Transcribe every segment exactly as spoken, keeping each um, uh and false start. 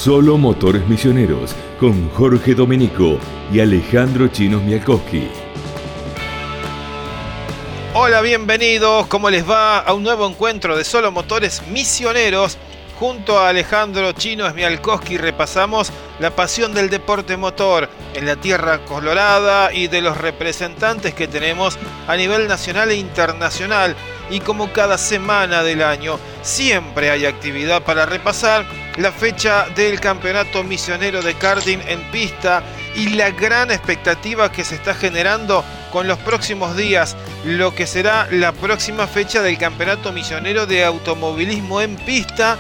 Solo Motores Misioneros con Jorge Domenico y Alejandro Chinos Mialkowski. Hola, bienvenidos, ¿cómo les va? A un nuevo encuentro de Solo Motores Misioneros. Junto a Alejandro Chinos Mialkowski repasamos la pasión del deporte motor en la tierra colorada y de los representantes que tenemos a nivel nacional e internacional. Y como cada semana del año, siempre hay actividad para repasar la fecha del Campeonato Misionero de Karting en pista y la gran expectativa que se está generando con los próximos días, lo que será la próxima fecha del Campeonato Misionero de Automovilismo en pista,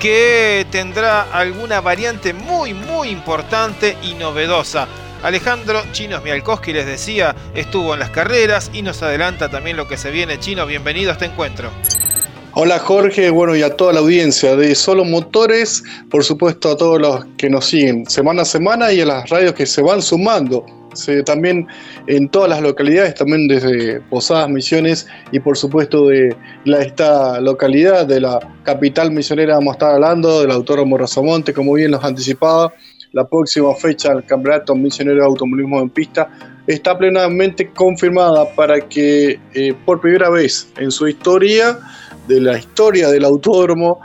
que tendrá alguna variante muy muy importante y novedosa. Alejandro Chinos Mialkowski, les decía, estuvo en las carreras y nos adelanta también lo que se viene. Chino, bienvenido a este encuentro. Hola Jorge, bueno, y a toda la audiencia de Solo Motores, por supuesto a todos los que nos siguen semana a semana y a las radios que se van sumando. Se, también en todas las localidades, también desde Posadas, Misiones y por supuesto de la, esta localidad de la capital misionera vamos a estar hablando, del Autódromo Rosamonte, como bien nos anticipaba. La próxima fecha del Campeonato Misionero de Automovilismo en pista está plenamente confirmada para que eh, por primera vez en su historia, de la historia del autódromo,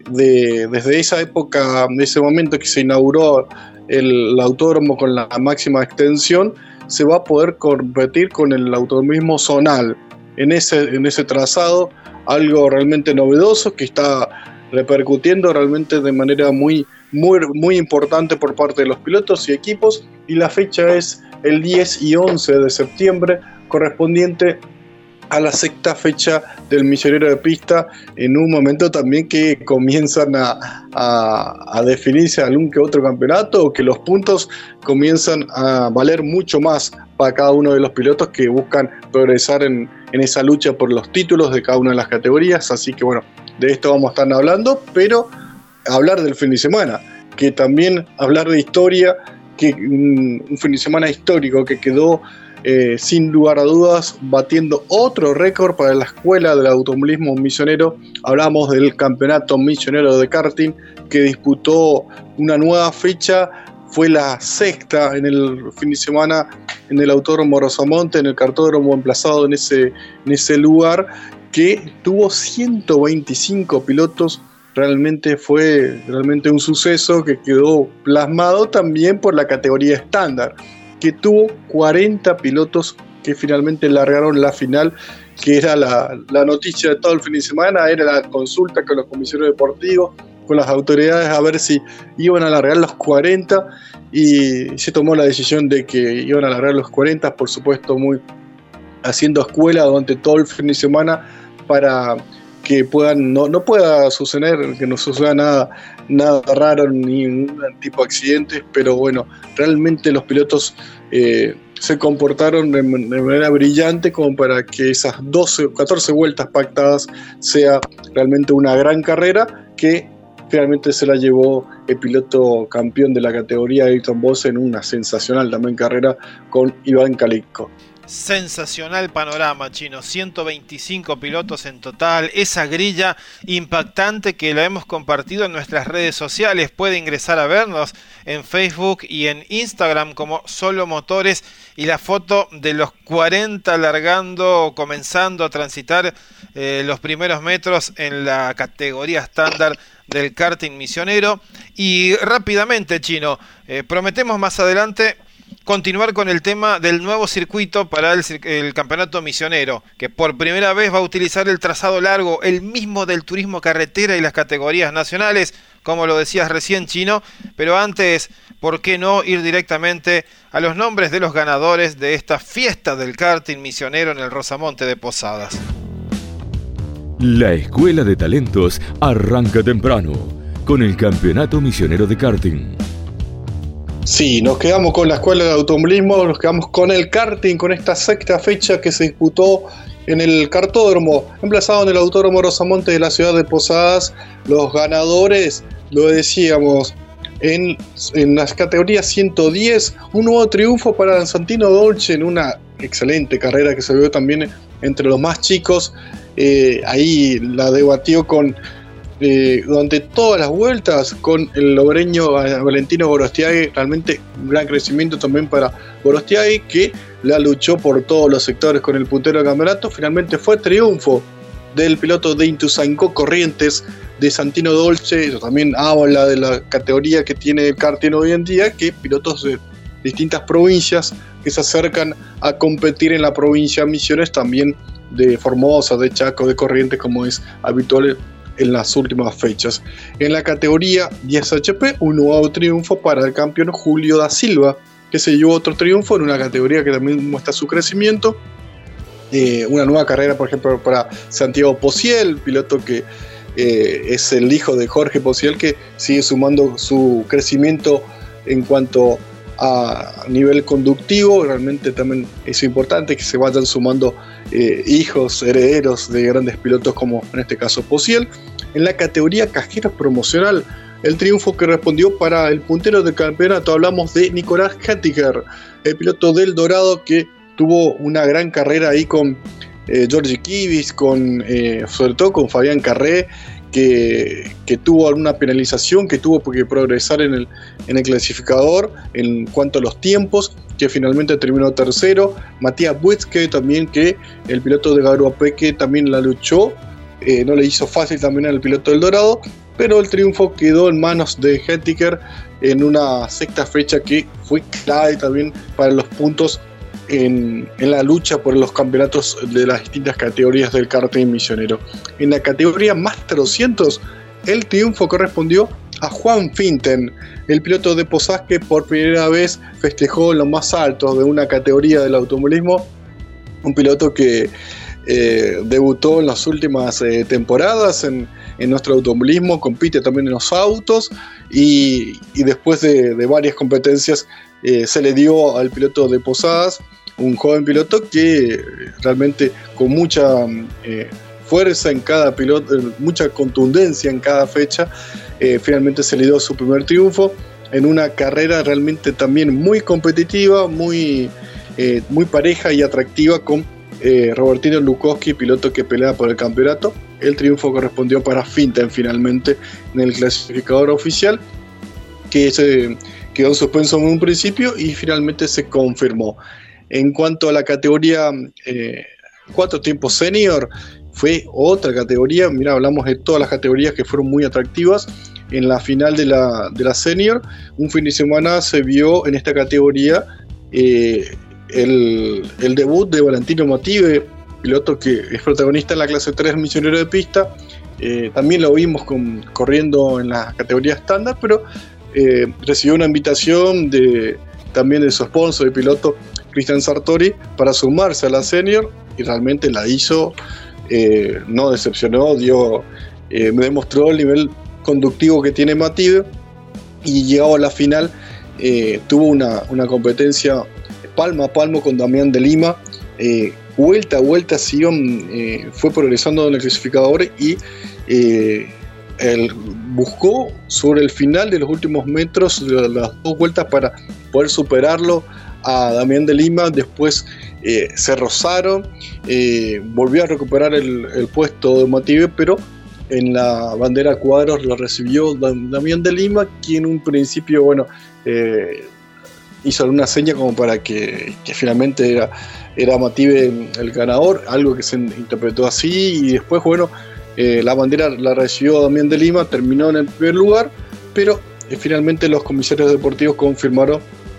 de, desde esa época, de ese momento que se inauguró el, el autódromo con la máxima extensión, se va a poder competir con el automovilismo zonal en ese, en ese trazado, algo realmente novedoso que está repercutiendo realmente de manera muy, muy, muy importante por parte de los pilotos y equipos, y la fecha es el diez y once de septiembre, correspondiente a la sexta fecha del Misionero de Pista, en un momento también que comienzan a, a, a definirse algún que otro campeonato, o que los puntos comienzan a valer mucho más para cada uno de los pilotos que buscan progresar en, en esa lucha por los títulos de cada una de las categorías. Así que bueno, de esto vamos a estar hablando, pero hablar del fin de semana, que también hablar de historia, que un, un fin de semana histórico que quedó Eh, sin lugar a dudas batiendo otro récord para la Escuela del Automovilismo Misionero. Hablamos del Campeonato Misionero de Karting, que disputó una nueva fecha, fue la sexta en el fin de semana en el Autódromo Rosamonte, en el cartódromo emplazado en ese, en ese lugar, que tuvo ciento veinticinco pilotos. Realmente fue realmente un suceso que quedó plasmado también por la categoría estándar, que tuvo cuarenta pilotos que finalmente largaron la final, que era la, la noticia de todo el fin de semana. Era la consulta con los comisionados deportivos, con las autoridades, a ver si iban a largar los cuarenta, y se tomó la decisión de que iban a largar los cuarenta, por supuesto muy haciendo escuela durante todo el fin de semana para que puedan no, no pueda suceder, que no suceda nada, nada raro, ni ningún tipo de accidentes, pero bueno, realmente los pilotos eh, se comportaron de, de manera brillante como para que esas doce, catorce vueltas pactadas sea realmente una gran carrera, que finalmente se la llevó el piloto campeón de la categoría, Ayrton Bosse, en una sensacional también carrera con Iván Kalicko. Sensacional panorama, Chino, ciento veinticinco pilotos en total, esa grilla impactante que la hemos compartido en nuestras redes sociales. Puede ingresar a vernos en Facebook y en Instagram como Solo Motores, y la foto de los cuarenta largando, comenzando a transitar eh, los primeros metros en la categoría estándar del karting misionero. Y rápidamente, Chino, eh, prometemos más adelante continuar con el tema del nuevo circuito para el, el campeonato misionero, que por primera vez va a utilizar el trazado largo, el mismo del turismo carretera y las categorías nacionales, como lo decías recién, Chino. Pero antes, ¿por qué no ir directamente a los nombres de los ganadores de esta fiesta del karting misionero en el Rosamonte de Posadas? La Escuela de Talentos arranca temprano con el Campeonato Misionero de Karting. Sí, nos quedamos con la Escuela de Automovilismo, nos quedamos con el karting, con esta sexta fecha que se disputó en el cartódromo, emplazado en el Autódromo Rosamonte de la ciudad de Posadas. Los ganadores, lo decíamos, en, en las categorías ciento diez, un nuevo triunfo para Santino Dolce en una excelente carrera que se vio también entre los más chicos. Eh, ahí la debatió con eh, durante todas las vueltas con el logreño Valentino Gorostiague. Realmente un gran crecimiento también para Gorostiague, que la luchó por todos los sectores con el puntero del campeonato. Finalmente fue triunfo del piloto de Ituzaingó Corrientes, de Santino Dolce. Eso también habla de la categoría que tiene el karting hoy en día, que pilotos de distintas provincias que se acercan a competir en la provincia de Misiones, también de Formosa, de Chaco, de Corrientes, como es habitual en las últimas fechas. En la categoría diez H P, un nuevo triunfo para el campeón Julio da Silva, que se llevó otro triunfo en una categoría que también muestra su crecimiento. Eh, una nueva carrera, por ejemplo, para Santiago Pociel, piloto que eh, es el hijo de Jorge Pociel, que sigue sumando su crecimiento en cuanto a nivel conductivo. Realmente también es importante que se vayan sumando eh, hijos, herederos de grandes pilotos, como en este caso Pociel. En la categoría Casqueros Promocional, el triunfo que respondió para el puntero del campeonato, hablamos de Nicolás Hettiger, el piloto del Dorado, que tuvo una gran carrera ahí con eh, Georgie Kivis, con, eh, sobre todo con Fabián Carré, que, que tuvo alguna penalización, que tuvo que progresar en el, en el clasificador en cuanto a los tiempos, que finalmente terminó tercero. Matías Buitzke también, que el piloto de Garuapeque también la luchó, eh, no le hizo fácil también al piloto del Dorado, pero el triunfo quedó en manos de Hettiger en una sexta fecha que fue clave también para los puntos En, en la lucha por los campeonatos de las distintas categorías del karting misionero. En la categoría Master doscientos, el triunfo correspondió a Juan Finten, el piloto de Posadas, que por primera vez festejó en lo más alto de una categoría del automovilismo. Un piloto que eh, debutó en las últimas eh, temporadas en, en nuestro automovilismo, compite también en los autos, y, y después de, de varias competencias eh, se le dio al piloto de Posadas, un joven piloto que realmente con mucha eh, fuerza en cada piloto, mucha contundencia en cada fecha, eh, finalmente se le dio su primer triunfo en una carrera realmente también muy competitiva, muy, eh, muy pareja y atractiva, con eh, Robertino Lukowski, piloto que pelea por el campeonato. El triunfo correspondió para Finten finalmente en el clasificador oficial, que se quedó en suspenso en un principio y finalmente se confirmó. En cuanto a la categoría eh, cuatro tiempos senior, fue otra categoría. Mira, hablamos de todas las categorías que fueron muy atractivas. En la final de la, de la senior, un fin de semana se vio en esta categoría eh, el, el debut de Valentino Motive, piloto que es protagonista en la clase tres misionero de pista. Eh, también lo vimos con, corriendo en la categoría estándar, pero eh, recibió una invitación de, también de su sponsor, el piloto Cristian Sartori, para sumarse a la senior, y realmente la hizo, eh, no decepcionó, dio, eh, me demostró el nivel conductivo que tiene Motive, y llegado a la final eh, tuvo una, una competencia palmo a palmo con Damián de Lima, eh, vuelta a vuelta siguió, eh, fue progresando en el clasificador, y eh, él buscó sobre el final de los últimos metros de las dos vueltas para poder superarlo a Damián de Lima. Después eh, se rozaron, eh, volvió a recuperar el, el puesto de Motive, pero en la bandera cuadros lo recibió Damián de Lima, quien en un principio, bueno, eh, hizo alguna seña como para que, que finalmente era, era Motive el ganador, algo que se interpretó así, y después, bueno, eh, la bandera la recibió Damián de Lima, terminó en el primer lugar, pero eh, finalmente los comisarios deportivos confirmaron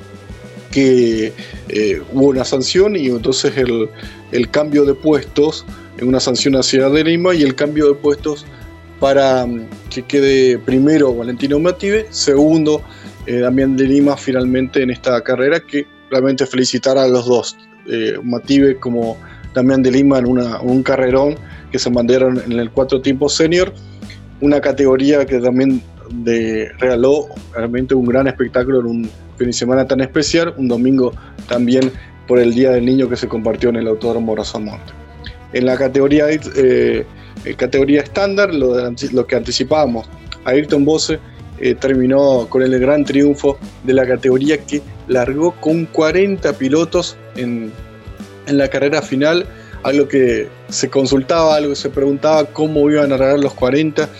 que eh, hubo una sanción, y entonces el, el cambio de puestos, una sanción hacia de Lima, y el cambio de puestos para um, que quede primero Valentino Motive, segundo eh, Damián de Lima finalmente en esta carrera, que realmente felicitar a los dos, eh, Motive como Damián de Lima, en una, un carrerón que se mandaron en el cuatro tiempos senior, una categoría que también de, regaló realmente un gran espectáculo en un fin de semana tan especial, un domingo también por el Día del Niño que se compartió en el Autódromo Rosamonte. En la categoría eh, categoría estándar, lo, de, lo que anticipábamos, Ayrton Bose eh, terminó con el gran triunfo de la categoría, que largó con cuarenta pilotos en, en la carrera final, algo que se consultaba, algo que se preguntaba cómo iban a largar los cuarenta.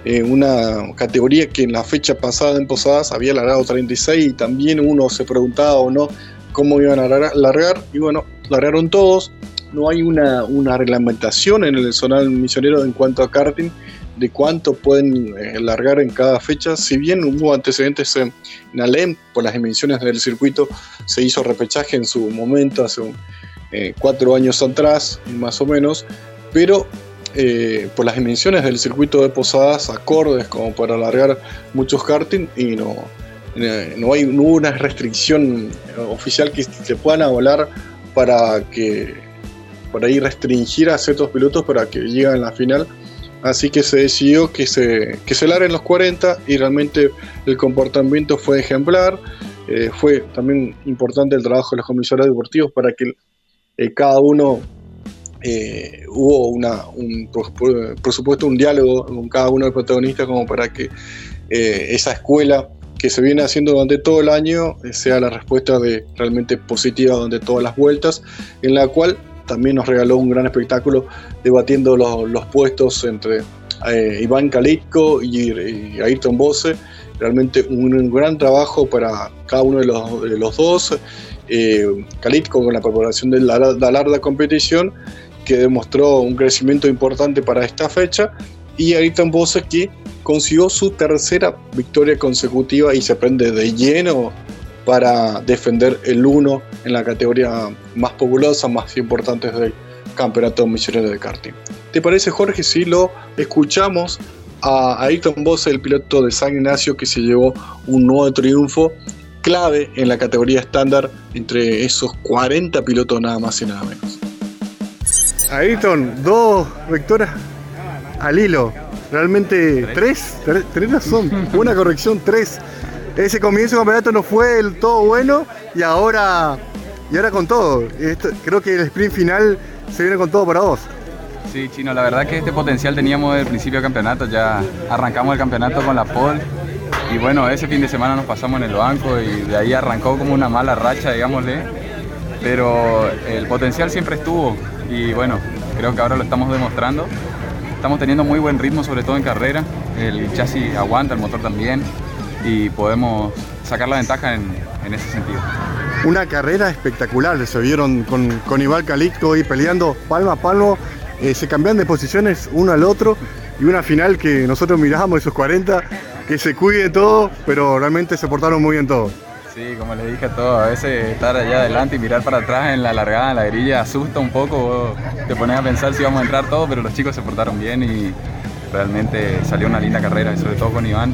eh, una categoría que en la fecha pasada en Posadas había largado treinta y seis y también uno se preguntaba o no cómo iban a largar, y bueno, largaron todos. No hay una, una reglamentación en el zonal misionero en cuanto a karting de cuánto pueden eh, largar en cada fecha. Si bien hubo antecedentes en, en Alem por las dimensiones del circuito, se hizo repechaje en su momento hace un, eh, cuatro años atrás más o menos, pero eh, por las dimensiones del circuito de Posadas acordes como para alargar muchos karting, y no, eh, no hay no hubo una restricción oficial que se puedan avalar para que para ir restringir a ciertos pilotos para que lleguen a la final. Así que se decidió que se, que se larguen los cuarenta, y realmente el comportamiento fue ejemplar. Eh, fue también importante el trabajo de los comisarios deportivos para que eh, cada uno eh, hubo una, un, por, por supuesto un diálogo con cada uno de los protagonistas, como para que eh, esa escuela que se viene haciendo durante todo el año eh, sea la respuesta de, realmente positiva durante todas las vueltas, en la cual también nos regaló un gran espectáculo debatiendo los, los puestos entre eh, Iván Kalitko y, y Ayrton Bose. Realmente un, un gran trabajo para cada uno de los, de los dos. Eh, Kalitko con la preparación de la, la larga competición, que demostró un crecimiento importante para esta fecha, y Ayrton Bose, que consiguió su tercera victoria consecutiva y se prende de lleno para defender el uno en la categoría más populosa, más importante del Campeonato Misionero de Karting. ¿Te parece, Jorge, si lo escuchamos a Ayrton Bose, el piloto de San Ignacio, que se llevó un nuevo triunfo clave en la categoría estándar entre esos cuarenta pilotos nada más y nada menos? Ayrton, dos victorias al hilo. Realmente tres, tres, tres no son, una corrección, tres. Ese comienzo de campeonato no fue del todo bueno, y ahora, y ahora con todo. Esto, creo que el sprint final se viene con todo para vos. Sí, Chino, la verdad que este potencial teníamos desde el principio del campeonato. Ya arrancamos el campeonato con la pole, y bueno, ese fin de semana nos pasamos en el banco y de ahí arrancó como una mala racha, digámosle. Pero el potencial siempre estuvo, y bueno, creo que ahora lo estamos demostrando. Estamos teniendo muy buen ritmo, sobre todo en carrera. El chasis aguanta, el motor también, y podemos sacar la ventaja en, en ese sentido. Una carrera espectacular, se vieron con, con Iván Kalitko y peleando palmo a palmo, eh, se cambian de posiciones uno al otro, y una final que nosotros mirábamos esos cuarenta, que se cuide todo, pero realmente se portaron muy bien todos. Sí, como les dije a todos, a veces estar allá adelante y mirar para atrás en la largada, en la grilla, asusta un poco. Vos te pones a pensar si vamos a entrar todos, pero los chicos se portaron bien y realmente salió una linda carrera, y sobre todo con Iván.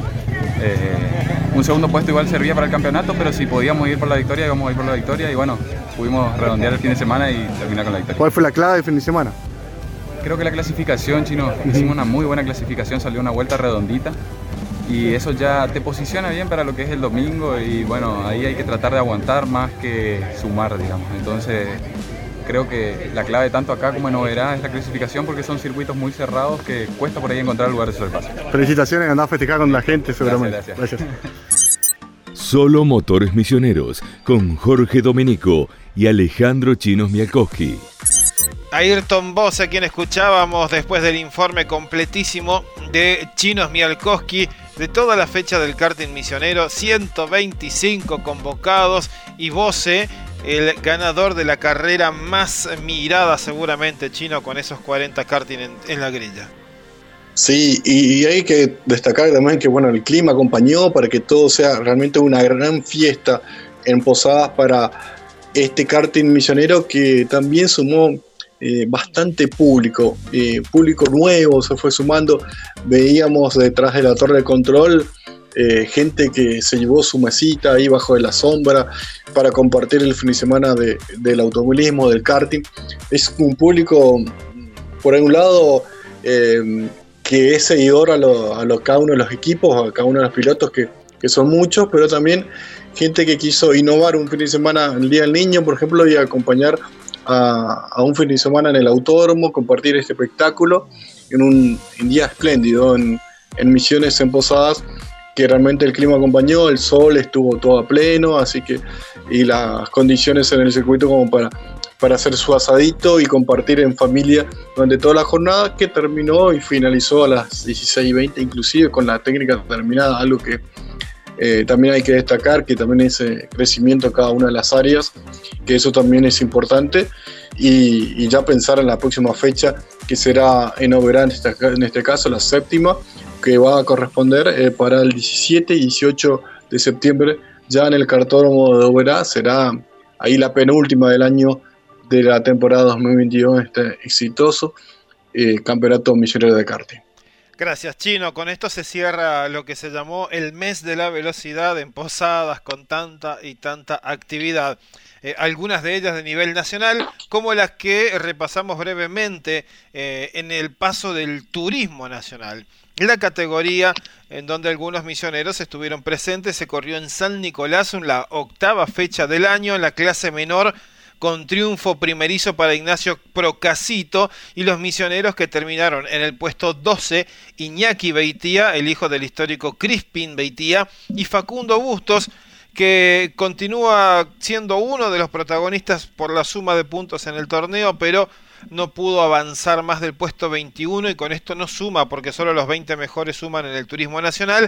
Eh, un segundo puesto igual servía para el campeonato, pero si podíamos ir por la victoria, íbamos a ir por la victoria, y bueno, pudimos redondear el fin de semana y terminar con la victoria. ¿Cuál fue la clave del fin de semana? Creo que la clasificación, Chino, hicimos una muy buena clasificación, salió una vuelta redondita, y eso ya te posiciona bien para lo que es el domingo, y bueno, ahí hay que tratar de aguantar más que sumar, digamos. Entonces creo que la clave tanto acá como en Oberá es la clasificación, porque son circuitos muy cerrados que cuesta por ahí encontrar el lugar de sobrepaso. Felicitaciones, andás a festejar con la gente seguramente. Gracias, gracias. Gracias. Solo Motores Misioneros, con Jorge Domenico y Alejandro Chinos Mialkowski. Ayrton Bose, a quien escuchábamos después del informe completísimo de Chinos Mialkowski de toda la fecha del karting misionero, ciento veinticinco convocados, y Bose, el ganador de la carrera más mirada seguramente, Chino, con esos cuarenta karting en, en la grilla. Sí, y hay que destacar también que bueno, el clima acompañó para que todo sea realmente una gran fiesta en Posadas para este karting misionero, que también sumó eh, bastante público, eh, público nuevo se fue sumando. Veíamos detrás de la torre de control eh, gente que se llevó su mesita ahí bajo de la sombra para compartir el fin de semana de, del automovilismo, del karting. Es un público, por un lado, eh, que es seguidor a, lo, a lo, cada uno de los equipos, a cada uno de los pilotos, que, que son muchos, pero también gente que quiso innovar un fin de semana, el Día del Niño, por ejemplo, y acompañar a, a un fin de semana en el autódromo, compartir este espectáculo en un en día espléndido, en, en Misiones, en Posadas, que realmente el clima acompañó, el sol estuvo todo a pleno, así que, y las condiciones en el circuito como para, para hacer su asadito y compartir en familia durante toda la jornada, que terminó y finalizó a las dieciséis y veinte, inclusive con la técnica terminada, algo que eh, también hay que destacar, que también es eh, crecimiento en cada una de las áreas, que eso también es importante, y, y ya pensar en la próxima fecha, que será en Oberá, en este, en este caso la séptima, que va a corresponder eh, para el diecisiete y dieciocho de septiembre, ya en el cartódromo de Oberá. Será ahí la penúltima del año de la temporada dos mil veintidós, este exitoso eh, campeonato misionero de karting. Gracias, Chino. Con esto se cierra lo que se llamó el mes de la velocidad en Posadas, con tanta y tanta actividad. Eh, algunas de ellas de nivel nacional, como las que repasamos brevemente eh, en el paso del turismo nacional. La categoría en donde algunos misioneros estuvieron presentes se corrió en San Nicolás, en la octava fecha del año, en la clase menor, con triunfo primerizo para Ignacio Procasito y los misioneros que terminaron en el puesto doce, Iñaki Beitía, el hijo del histórico Crispin Beitía, y Facundo Bustos, que continúa siendo uno de los protagonistas por la suma de puntos en el torneo, pero no pudo avanzar más del puesto veintiuno, y con esto no suma porque solo los veinte mejores suman en el turismo nacional,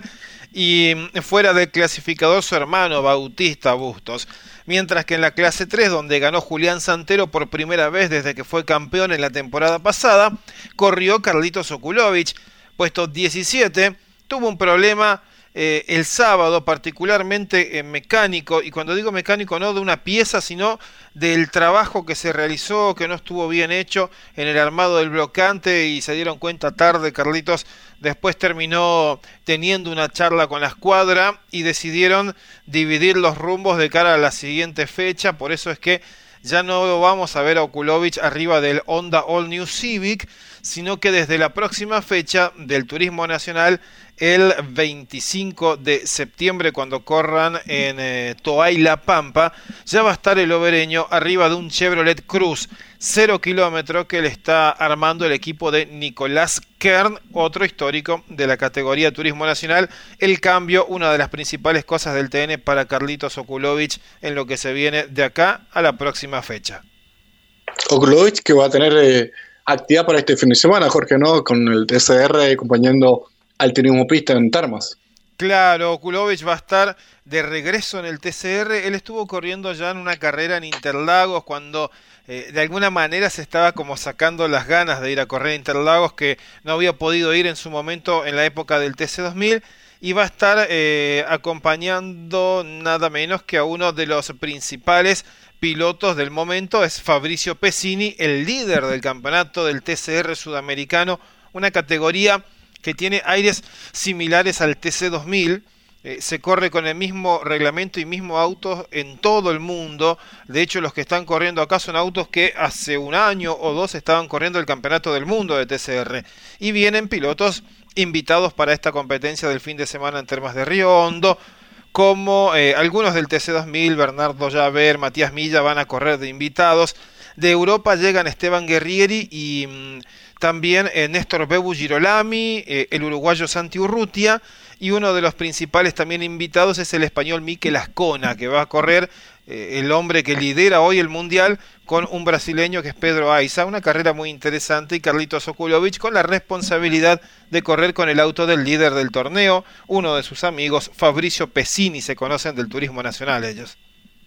y fuera del clasificador su hermano Bautista Bustos. Mientras que en la clase tres, donde ganó Julián Santero por primera vez desde que fue campeón en la temporada pasada, corrió Carlitos Okulovich, puesto diecisiete, tuvo un problema eh, el sábado, particularmente en mecánico, y cuando digo mecánico no de una pieza, sino del trabajo que se realizó, que no estuvo bien hecho en el armado del blocante, y se dieron cuenta tarde. Carlitos después terminó teniendo una charla con la escuadra y decidieron dividir los rumbos de cara a la siguiente fecha. Por eso es que ya no vamos a ver a Okulovich arriba del Honda All New Civic, sino que desde la próxima fecha del Turismo Nacional, el veinticinco de septiembre, cuando corran en eh, Toay La Pampa, ya va a estar el obereño arriba de un Chevrolet Cruz cero kilómetros que le está armando el equipo de Nicolás Kern, otro histórico de la categoría Turismo Nacional. El cambio, una de las principales cosas del T N para Carlitos Okulovich en lo que se viene de acá a la próxima fecha. Okulovich, que va a tener eh, actividad para este fin de semana, Jorge, ¿no? Con el T C R acompañando al turismo pista en Termas. Claro, Okulovich va a estar de regreso en el T C R. Él estuvo corriendo ya en una carrera en Interlagos cuando eh, de alguna manera se estaba como sacando las ganas de ir a correr a Interlagos, que no había podido ir en su momento en la época del T C dos mil, y va a estar eh, acompañando nada menos que a uno de los principales pilotos del momento, es Fabricio Pesini, el líder del campeonato del T C R sudamericano, una categoría que tiene aires similares al T C dos mil. Eh, se corre con el mismo reglamento y mismo auto en todo el mundo. De hecho, los que están corriendo acá son autos que hace un año o dos estaban corriendo el campeonato del mundo de T C R, y vienen pilotos invitados para esta competencia del fin de semana en Termas de Río Hondo, como eh, algunos del T C dos mil, Bernardo Llaver, Matías Milla van a correr de invitados. De Europa llegan Esteban Guerrieri y mmm, también eh, Néstor Bebu Girolami, eh, el uruguayo Santi Urrutia, y uno de los principales también invitados es el español Mikel Ascona, que va a correr, eh, el hombre que lidera hoy el mundial, con un brasileño que es Pedro Aiza. Una carrera muy interesante, y Carlitos Okulovich con la responsabilidad de correr con el auto del líder del torneo, uno de sus amigos, Fabricio Pesini. Se conocen del Turismo Nacional ellos.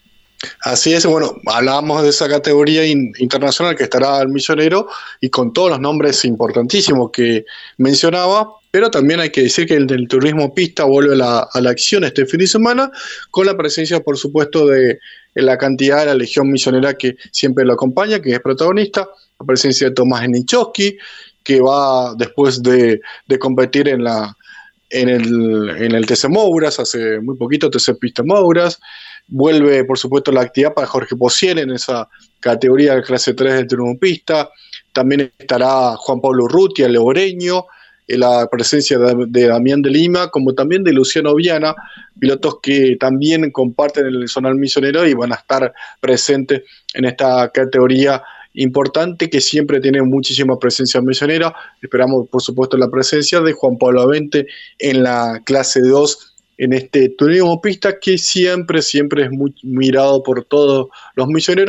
Así es, bueno, hablábamos de esa categoría in, internacional que estará el misionero, y con todos los nombres importantísimos que mencionaba, pero también hay que decir que el del turismo pista vuelve a la, a la acción este fin de semana, con la presencia, por supuesto, de, de la cantidad de la Legión Misionera que siempre lo acompaña, que es protagonista, la presencia de Tomás Nichowski, que va después de, de competir en la en el, en el T C Mouras, hace muy poquito, T C Pista Mouras. Vuelve, por supuesto, la actividad para Jorge Pociel en esa categoría de clase tres del turismo pista. También estará Juan Pablo Urrutia, el oreño, la presencia de, de Damián de Lima, como también de Luciano Viana, pilotos que también comparten el zonal misionero y van a estar presentes en esta categoría importante que siempre tiene muchísima presencia misionera. Esperamos, por supuesto, la presencia de Juan Pablo Avente en la clase dos, en este turismo pista que siempre, siempre es muy mirado por todos los misioneros,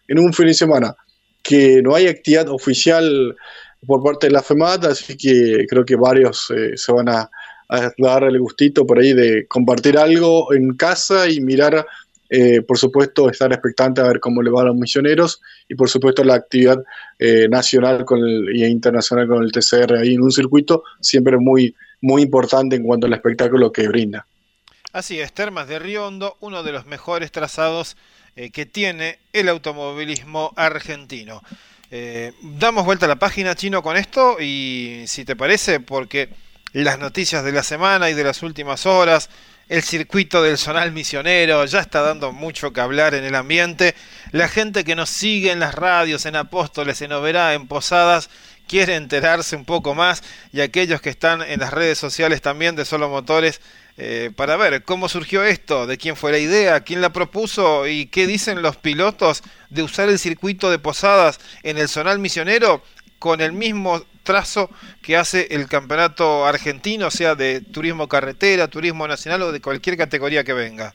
en un fin de semana que no hay actividad oficial por parte de la FEMAT, así que creo que varios eh, se van a, a dar el gustito por ahí de compartir algo en casa y mirar, eh, por supuesto, estar expectante a ver cómo le va a los misioneros y por supuesto la actividad eh, nacional con el, y internacional con el T C R ahí en un circuito siempre muy, muy importante en cuanto al espectáculo que brinda. Así es, Termas de Río Hondo, uno de los mejores trazados eh, que tiene el automovilismo argentino. Eh, damos vuelta a la página, Chino, con esto y si te parece, porque las noticias de la semana y de las últimas horas, el circuito del Zonal Misionero ya está dando mucho que hablar en el ambiente. La gente que nos sigue en las radios, en Apóstoles, en Oberá, en Posadas, quiere enterarse un poco más, y aquellos que están en las redes sociales también de Solo Motores, eh, para ver cómo surgió esto, de quién fue la idea, quién la propuso y qué dicen los pilotos de usar el circuito de Posadas en el Zonal Misionero con el mismo trazo que hace el campeonato argentino, sea de turismo carretera, turismo nacional o de cualquier categoría que venga.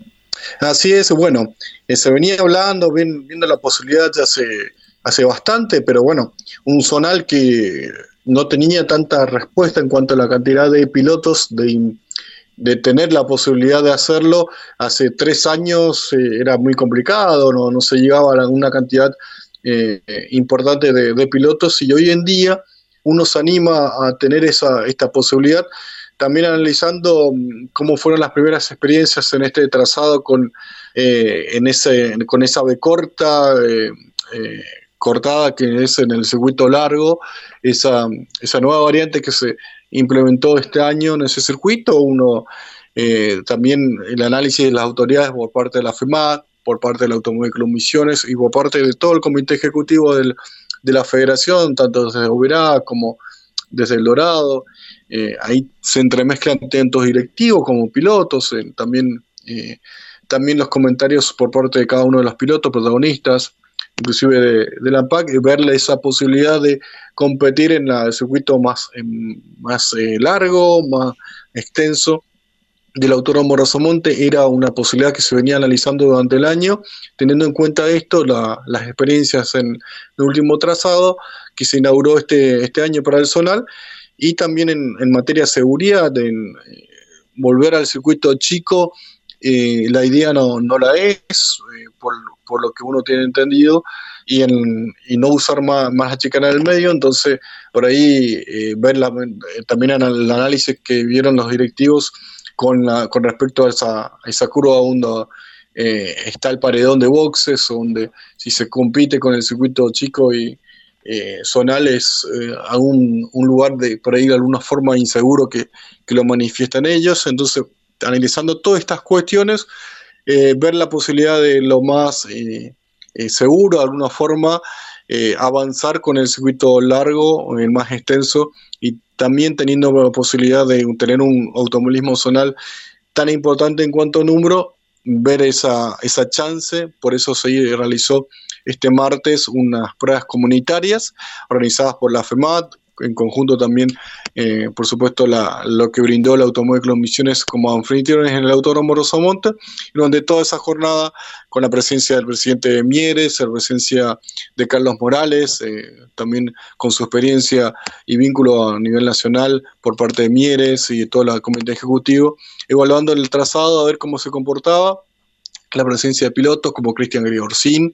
Así es, bueno, eh, se venía hablando, bien, viendo la posibilidad ya hace, hace bastante, pero bueno, un zonal que no tenía tanta respuesta en cuanto a la cantidad de pilotos, de, de tener la posibilidad de hacerlo. Hace tres años eh, era muy complicado, no, no se llegaba a una cantidad eh, importante de, de pilotos, y hoy en día uno se anima a tener esa, esta posibilidad, también analizando cómo fueron las primeras experiencias en este trazado con, eh, en ese, con esa B corta, eh, eh, cortada que es en el circuito largo, esa, esa nueva variante que se implementó este año en ese circuito. Uno eh, también el análisis de las autoridades por parte de la FEMAT, por parte del Automóvil Club Misiones y por parte de todo el comité ejecutivo del, de la federación, tanto desde Oberá como desde El Dorado. Eh, ahí se entremezclan tantos directivos como pilotos, eh, también, eh, también los comentarios por parte de cada uno de los pilotos, protagonistas, inclusive de, de la A N P A C, y verle esa posibilidad de competir en la, el circuito más, eh, más eh, largo, más extenso del Autódromo Rosamonte. Era una posibilidad que se venía analizando durante el año, teniendo en cuenta esto, la, las experiencias en el último trazado que se inauguró este, este año para el Zonal, y también en, en materia de seguridad, en eh, volver al circuito chico. Eh, la idea no, no la es, eh, por, por lo que uno tiene entendido, y, en, y no usar más, más la chicana del medio. Entonces, por ahí eh, ver la, eh, también el análisis que vieron los directivos con, la, con respecto a esa, a esa curva donde eh, está el paredón de boxes, donde si se compite con el circuito chico y eh, zonal es eh, a un, un lugar de por ahí de alguna forma inseguro que, que lo manifiestan ellos. Entonces, analizando todas estas cuestiones, eh, ver la posibilidad de lo más eh, eh, seguro, de alguna forma, eh, avanzar con el circuito largo, el más extenso, y también teniendo la posibilidad de tener un automovilismo zonal tan importante en cuanto a número, ver esa, esa chance. Por eso se realizó este martes unas pruebas comunitarias organizadas por la FEMAT, en conjunto también, eh, por supuesto, la, lo que brindó el Automóvil Club Misiones como anfitriones en el Autódromo Rosamonte, donde toda esa jornada, con la presencia del presidente de Mieres, la presencia de Carlos Morales, eh, también con su experiencia y vínculo a nivel nacional por parte de Mieres y de todo el comité ejecutivo, evaluando el trazado a ver cómo se comportaba, la presencia de pilotos como Cristian Grigorcín,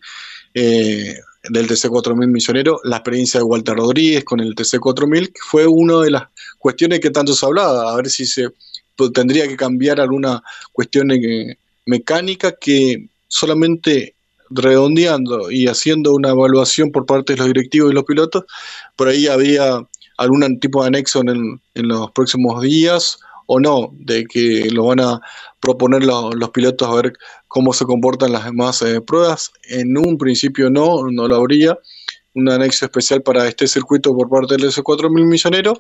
eh, del T C cuatro mil Misionero, la experiencia de Walter Rodríguez con el T C cuatro mil, que fue una de las cuestiones que tanto se hablaba, a ver si se pues, tendría que cambiar alguna cuestión eh, mecánica, que solamente redondeando y haciendo una evaluación por parte de los directivos y los pilotos, por ahí había algún tipo de anexo en, el, en los próximos días, o no, de que lo van a proponer los, los pilotos a ver cómo se comportan las demás eh, pruebas. En un principio no, no lo habría, un anexo especial para este circuito por parte del T C cuatro mil Misionero,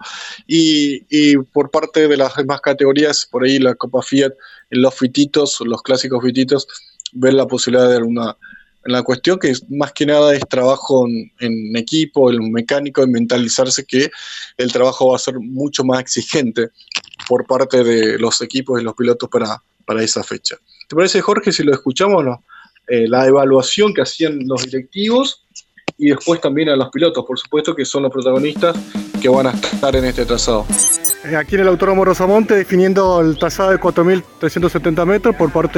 y, y por parte de las demás categorías, por ahí la Copa Fiat, en los fititos, los clásicos fititos, ver la posibilidad de una, la cuestión que es, más que nada es trabajo en, en equipo, el mecánico, y mentalizarse que el trabajo va a ser mucho más exigente por parte de los equipos y los pilotos para, para esa fecha. ¿Te parece, Jorge, si lo escuchamos, nos eh, la evaluación que hacían los directivos y después también a los pilotos, por supuesto, que son los protagonistas que van a estar en este trazado. Aquí en el Autódromo Rosamonte, definiendo el trazado de cuatro mil trescientos setenta metros por parte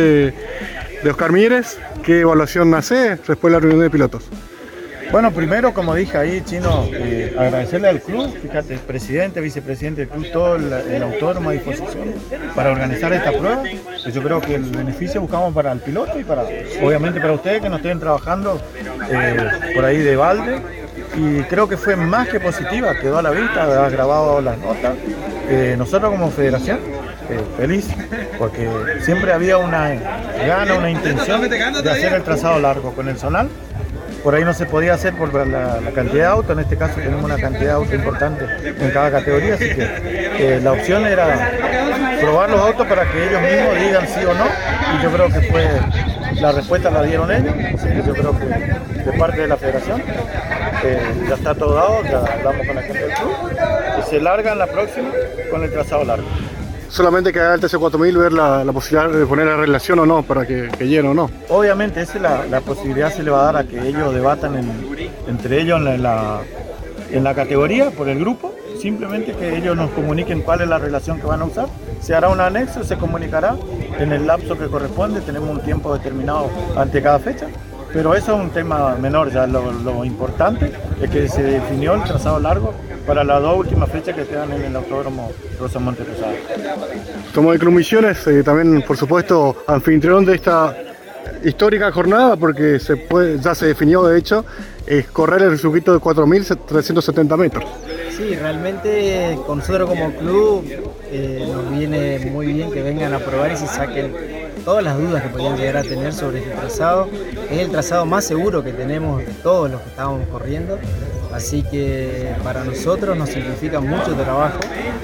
de Oscar Mieres. ¿Qué evaluación hace después de la reunión de pilotos? Bueno, primero, como dije ahí, Chino, eh, agradecerle al club, fíjate, presidente, vicepresidente del club, todo el, el autódromo a disposición para organizar esta prueba. Yo creo que el beneficio buscamos para el piloto y para, obviamente, para ustedes que nos estén trabajando eh, por ahí de balde. Y creo que fue más que positiva, quedó a la vista, ha grabado las notas. Eh, nosotros como federación, eh, feliz, porque siempre había una gana, una intención de hacer el trazado largo con el zonal. Por ahí no se podía hacer por la, la cantidad de autos, en este caso tenemos una cantidad de autos importante en cada categoría, así que eh, la opción era probar los autos para que ellos mismos digan sí o no, y yo creo que fue, la respuesta la dieron ellos, así que yo creo que de parte de la federación eh, ya está todo dado, ya hablamos con la gente del club, y se largan la próxima con el trazado largo. Solamente que haga el T C cuatro mil, ver la, la posibilidad de poner la relación o no, para que, que llene o no. Obviamente, esa es la, la posibilidad se le va a dar a que ellos debatan en, entre ellos en la, en, la, en la categoría, por el grupo. Simplemente que ellos nos comuniquen cuál es la relación que van a usar. Se hará un anexo, se comunicará en el lapso que corresponde. Tenemos un tiempo determinado ante cada fecha. Pero eso es un tema menor, ya lo, lo importante es que se definió el trazado largo para las dos últimas fechas que quedan en el Autódromo Rosamonte Rosado. Como de Club Misiones, eh, también por supuesto anfitrión de esta histórica jornada, porque se puede, ya se definió de hecho, es correr el circuito de cuatro mil trescientos setenta metros. Sí, realmente con nosotros como club eh, nos viene muy bien que vengan a probar y se saquen todas las dudas que podrían llegar a tener sobre este trazado. Es el trazado más seguro que tenemos de todos los que estábamos corriendo, así que para nosotros nos simplifica mucho el trabajo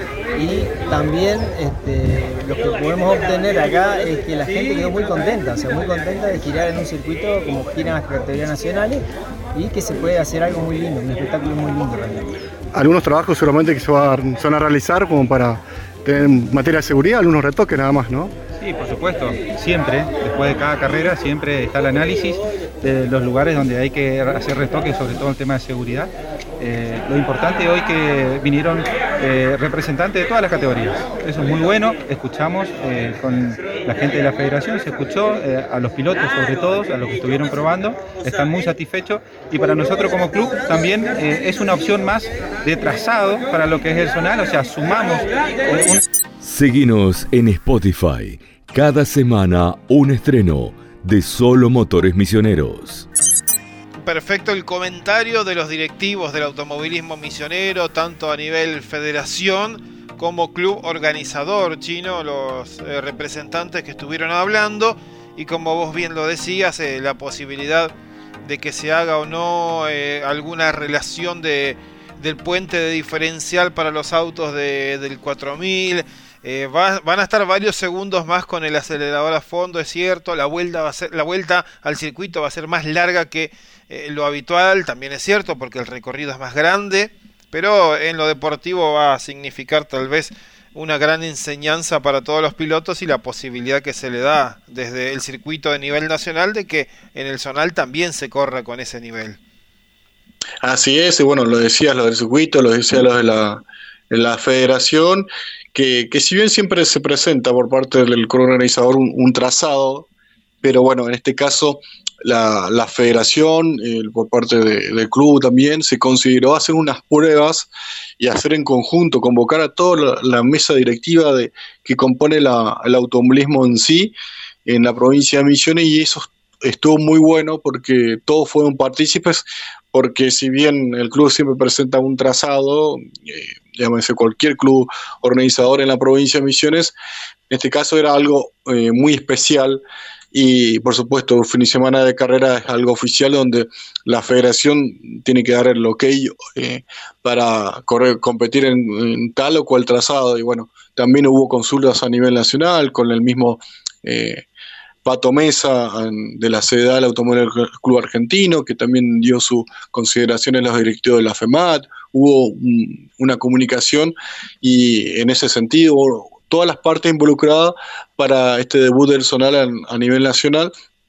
y también este, lo que podemos obtener acá es que la gente quedó muy contenta, o sea, muy contenta de girar en un circuito como giran las categorías nacionales y que se puede hacer algo muy lindo, un espectáculo muy lindo realmente. Algunos trabajos seguramente que se, va, se van a realizar como para tener materia de seguridad, algunos retoques nada más, ¿no? Sí, por supuesto, siempre, después de cada carrera, siempre está el análisis de los lugares donde hay que hacer retoques, sobre todo el tema de seguridad. Eh, lo importante hoy que vinieron eh, representantes de todas las categorías, eso es muy bueno, escuchamos eh, con la gente de la federación, se escuchó eh, a los pilotos sobre todo, a los que estuvieron probando, están muy satisfechos y para nosotros como club también eh, es una opción más de trazado para lo que es el zonal, o sea, sumamos eh, un... Seguinos en Spotify. Cada semana un estreno de Solo Motores Misioneros. Perfecto el comentario de los directivos del automovilismo misionero, tanto a nivel federación como club organizador, Chino, los eh, representantes que estuvieron hablando, y como vos bien lo decías, eh, la posibilidad de que se haga o no eh, alguna relación de, del puente de diferencial para los autos de, del cuatro mil. Eh, va, van a estar varios segundos más con el acelerador a fondo, es cierto, la vuelta, va a ser, la vuelta al circuito va a ser más larga que eh, lo habitual, también es cierto, porque el recorrido es más grande, pero en lo deportivo va a significar tal vez una gran enseñanza para todos los pilotos y la posibilidad que se le da desde el circuito de nivel nacional de que en el zonal también se corra con ese nivel. Así es, y bueno, lo decías lo del circuito, lo decías lo de la, de la federación, que, que si bien siempre se presenta por parte del club organizador un, un trazado, pero bueno, en este caso la, la federación, eh, por parte de, del club también, se consideró hacer unas pruebas y hacer en conjunto, convocar a toda la, la mesa directiva de, que compone la, el automovilismo en sí, en la provincia de Misiones, y eso estuvo muy bueno porque todos fueron partícipes, porque si bien el club siempre presenta un trazado, eh, llámese cualquier club organizador en la provincia de Misiones, en este caso era algo eh, muy especial y por supuesto el fin de semana de carrera es algo oficial donde la federación tiene que dar el ok eh, para correr, competir en, en tal o cual trazado, y bueno, también hubo consultas a nivel nacional con el mismo eh, Pato Mesa de la C D A del Automóvil Club Argentino, que también dio sus consideraciones en los directivos de la FEMAT. Hubo un, una comunicación y en ese sentido todas las partes involucradas para este debut del zonal a, a nivel nacional,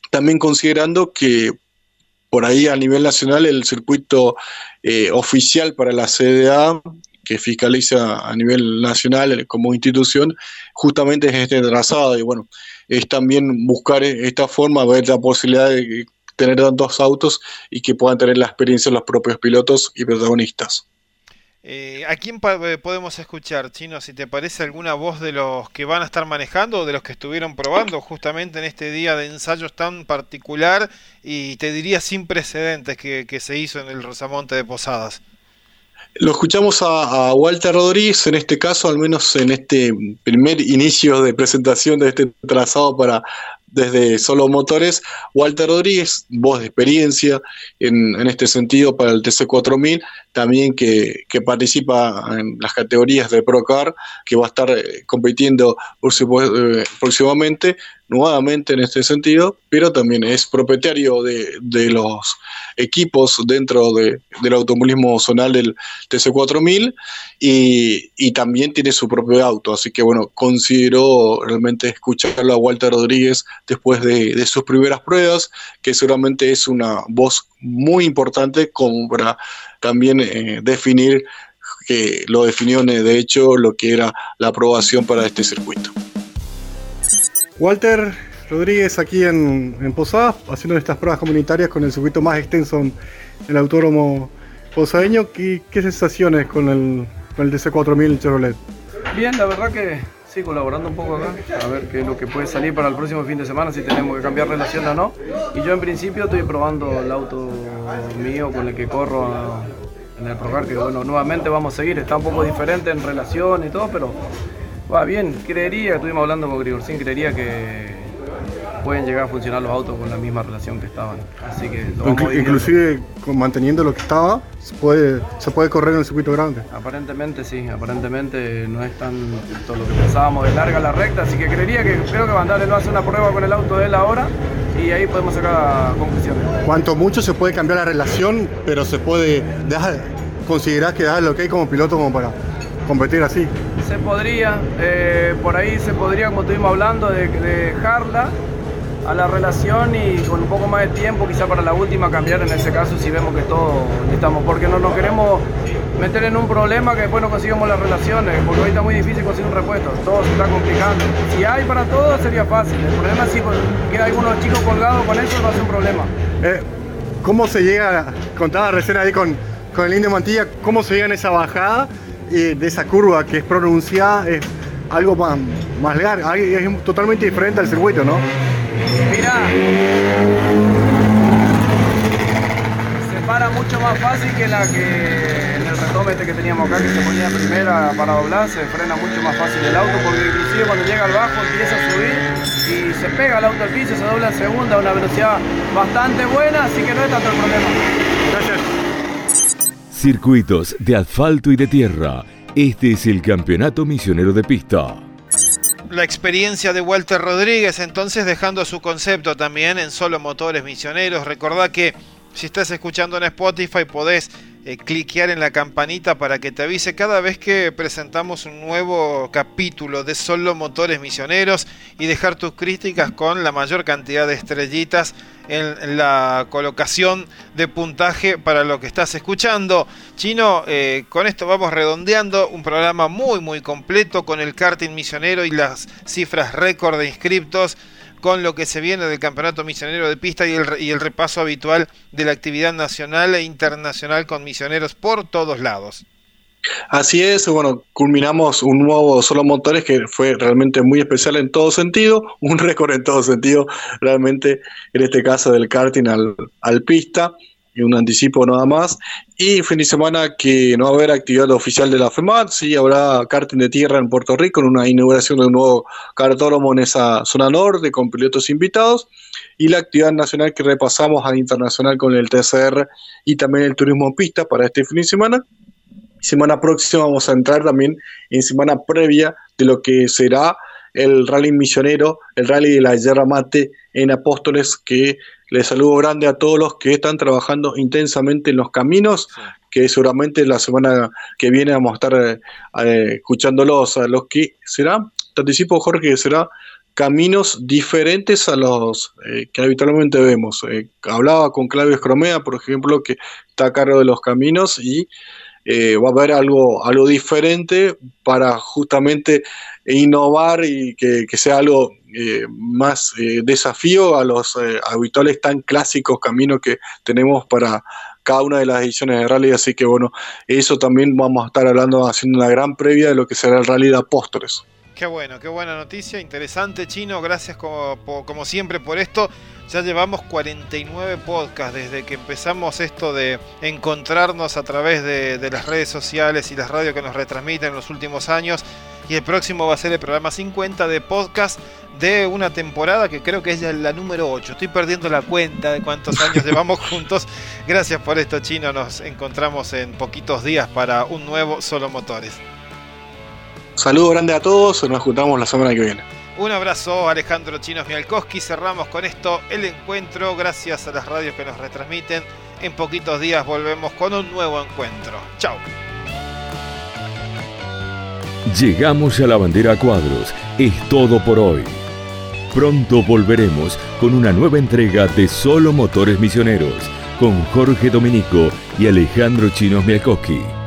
también considerando que por ahí a nivel nacional el circuito eh, oficial para la C D A, que fiscaliza a nivel nacional como institución, justamente es este trazado, y bueno, es también buscar esta forma, ver la posibilidad de tener tantos autos y que puedan tener la experiencia los propios pilotos y protagonistas. Eh, ¿A quién podemos escuchar, Chino? Si te parece alguna voz de los que van a estar manejando o de los que estuvieron probando justamente en este día de ensayos tan particular y te diría sin precedentes que, que se hizo en el Rosamonte de Posadas. Lo escuchamos a, a Walter Rodríguez, en este caso, al menos en este primer inicio de presentación de este trazado para desde Solo Motores. Walter Rodríguez, voz de experiencia en, en este sentido para el T C cuatro mil, también que, que participa en las categorías de Procar, que va a estar eh, compitiendo por supuesto, eh, próximamente, nuevamente en este sentido, pero también es propietario de, de los equipos dentro de, del automovilismo zonal del T C cuatro mil y, y también tiene su propio auto, así que bueno, considero realmente escucharlo a Walter Rodríguez después de, de sus primeras pruebas, que seguramente es una voz muy importante como para también eh, definir, que lo definió de hecho lo que era la aprobación para este circuito. Walter Rodríguez aquí en, en Posadas, haciendo estas pruebas comunitarias con el circuito más extenso en el autódromo posadeño. ¿Qué, qué sensaciones con el, con el T C cuatro mil Chevrolet? Bien, la verdad que sí, colaborando un poco acá, a ver qué es lo que puede salir para el próximo fin de semana, si tenemos que cambiar relación o no. Y yo en principio estoy probando el auto mío con el que corro a, en el Procar, que bueno, nuevamente vamos a seguir, está un poco diferente en relación y todo, pero va bien. Creería, estuvimos hablando con Grigorcín, creería que pueden llegar a funcionar los autos con la misma relación que estaban, así que lo vamos Inclu- inclusive con manteniendo lo que estaba, se puede, se puede correr en el circuito grande. Aparentemente sí, aparentemente no es tan todo lo que pensábamos de larga la recta, así que creería que creo que Vandal va a hacer una prueba con el auto de él ahora y ahí podemos sacar conclusiones. Cuanto mucho se puede cambiar la relación, pero se puede dejar, considerar que das lo que hay como piloto como para competir así. Se podría, eh, por ahí se podría, como estuvimos hablando, de, de dejarla a la relación y con un poco más de tiempo quizá para la última cambiar en ese caso si vemos que todo necesitamos, porque no nos queremos meter en un problema que después no conseguimos las relaciones, porque ahorita es muy difícil conseguir un repuesto, todo se está complicando. Si hay para todo sería fácil, el problema es si queda algunos chicos colgados con eso, no es un problema. Eh, ¿Cómo se llega, contaba recién ahí con, con el Indio Mantilla, cómo se llega en esa bajada eh, de esa curva que es pronunciada, es algo más, más largo, es totalmente diferente al circuito, ¿no? Mirá, se para mucho más fácil que la que en el retome este que teníamos acá, que se ponía primera para doblar, se frena mucho más fácil el auto, porque inclusive cuando llega al bajo empieza a subir y se pega el auto al piso, se dobla en segunda a una velocidad bastante buena, así que no es tanto el problema. Gracias. Circuitos de asfalto y de tierra. Este es el Campeonato Misionero de Pista. La experiencia de Walter Rodríguez, entonces dejando su concepto también en Solo Motores Misioneros. Recordá que si estás escuchando en Spotify podés eh, cliquear en la campanita para que te avise cada vez que presentamos un nuevo capítulo de Solo Motores Misioneros y dejar tus críticas con la mayor cantidad de estrellitas en la colocación de puntaje para lo que estás escuchando. Chino, eh, con esto vamos redondeando un programa muy muy completo con el karting misionero y las cifras récord de inscriptos, con lo que se viene del Campeonato Misionero de Pista y el, y el repaso habitual de la actividad nacional e internacional con misioneros por todos lados. Así es, bueno, culminamos un nuevo Solo Motores que fue realmente muy especial en todo sentido, un récord en todo sentido, realmente en este caso del karting al, al pista, y un anticipo nada más, y fin de semana que no va a haber actividad oficial de la FEMAT, sí habrá karting de tierra en Puerto Rico, en una inauguración de un nuevo cartódromo en esa zona norte, con pilotos invitados, y la actividad nacional que repasamos al internacional con el T C R y también el turismo en pista para este fin de semana. Semana próxima vamos a entrar también en semana previa de lo que será el rally misionero, el rally de la yerba mate en Apóstoles, que les saludo grande a todos los que están trabajando intensamente en los caminos, que seguramente la semana que viene vamos a estar eh, escuchándolos, a los que será, te anticipo Jorge, que será caminos diferentes a los eh, que habitualmente vemos. Eh, hablaba con Claudio Escromea, por ejemplo, que está a cargo de los caminos y eh, va a haber algo, algo diferente para justamente innovar y que, que sea algo eh, más eh, desafío a los eh, habituales tan clásicos caminos que tenemos para cada una de las ediciones de rally. Así que bueno, eso también vamos a estar hablando, haciendo una gran previa de lo que será el Rally de Apóstoles. Qué bueno, qué buena noticia, interesante, Chino, gracias como, como siempre por esto. Ya llevamos cuarenta y nueve podcasts desde que empezamos esto de encontrarnos a través de, de las redes sociales y las radios que nos retransmiten en los últimos años, y el próximo va a ser el programa cincuenta de podcast de una temporada que creo que es ya la número ocho. Estoy perdiendo la cuenta de cuántos años llevamos juntos. Gracias por esto, Chino, nos encontramos en poquitos días para un nuevo Solo Motores. Saludo grande a todos, nos juntamos la semana que viene. Un abrazo, Alejandro Chinos Mialkowski. Cerramos con esto el encuentro, gracias a las radios que nos retransmiten. En poquitos días volvemos con un nuevo encuentro. Chao. Llegamos a la bandera a cuadros. Es todo por hoy. Pronto volveremos con una nueva entrega de Solo Motores Misioneros con Jorge Dominico y Alejandro Chinos Mialkowski.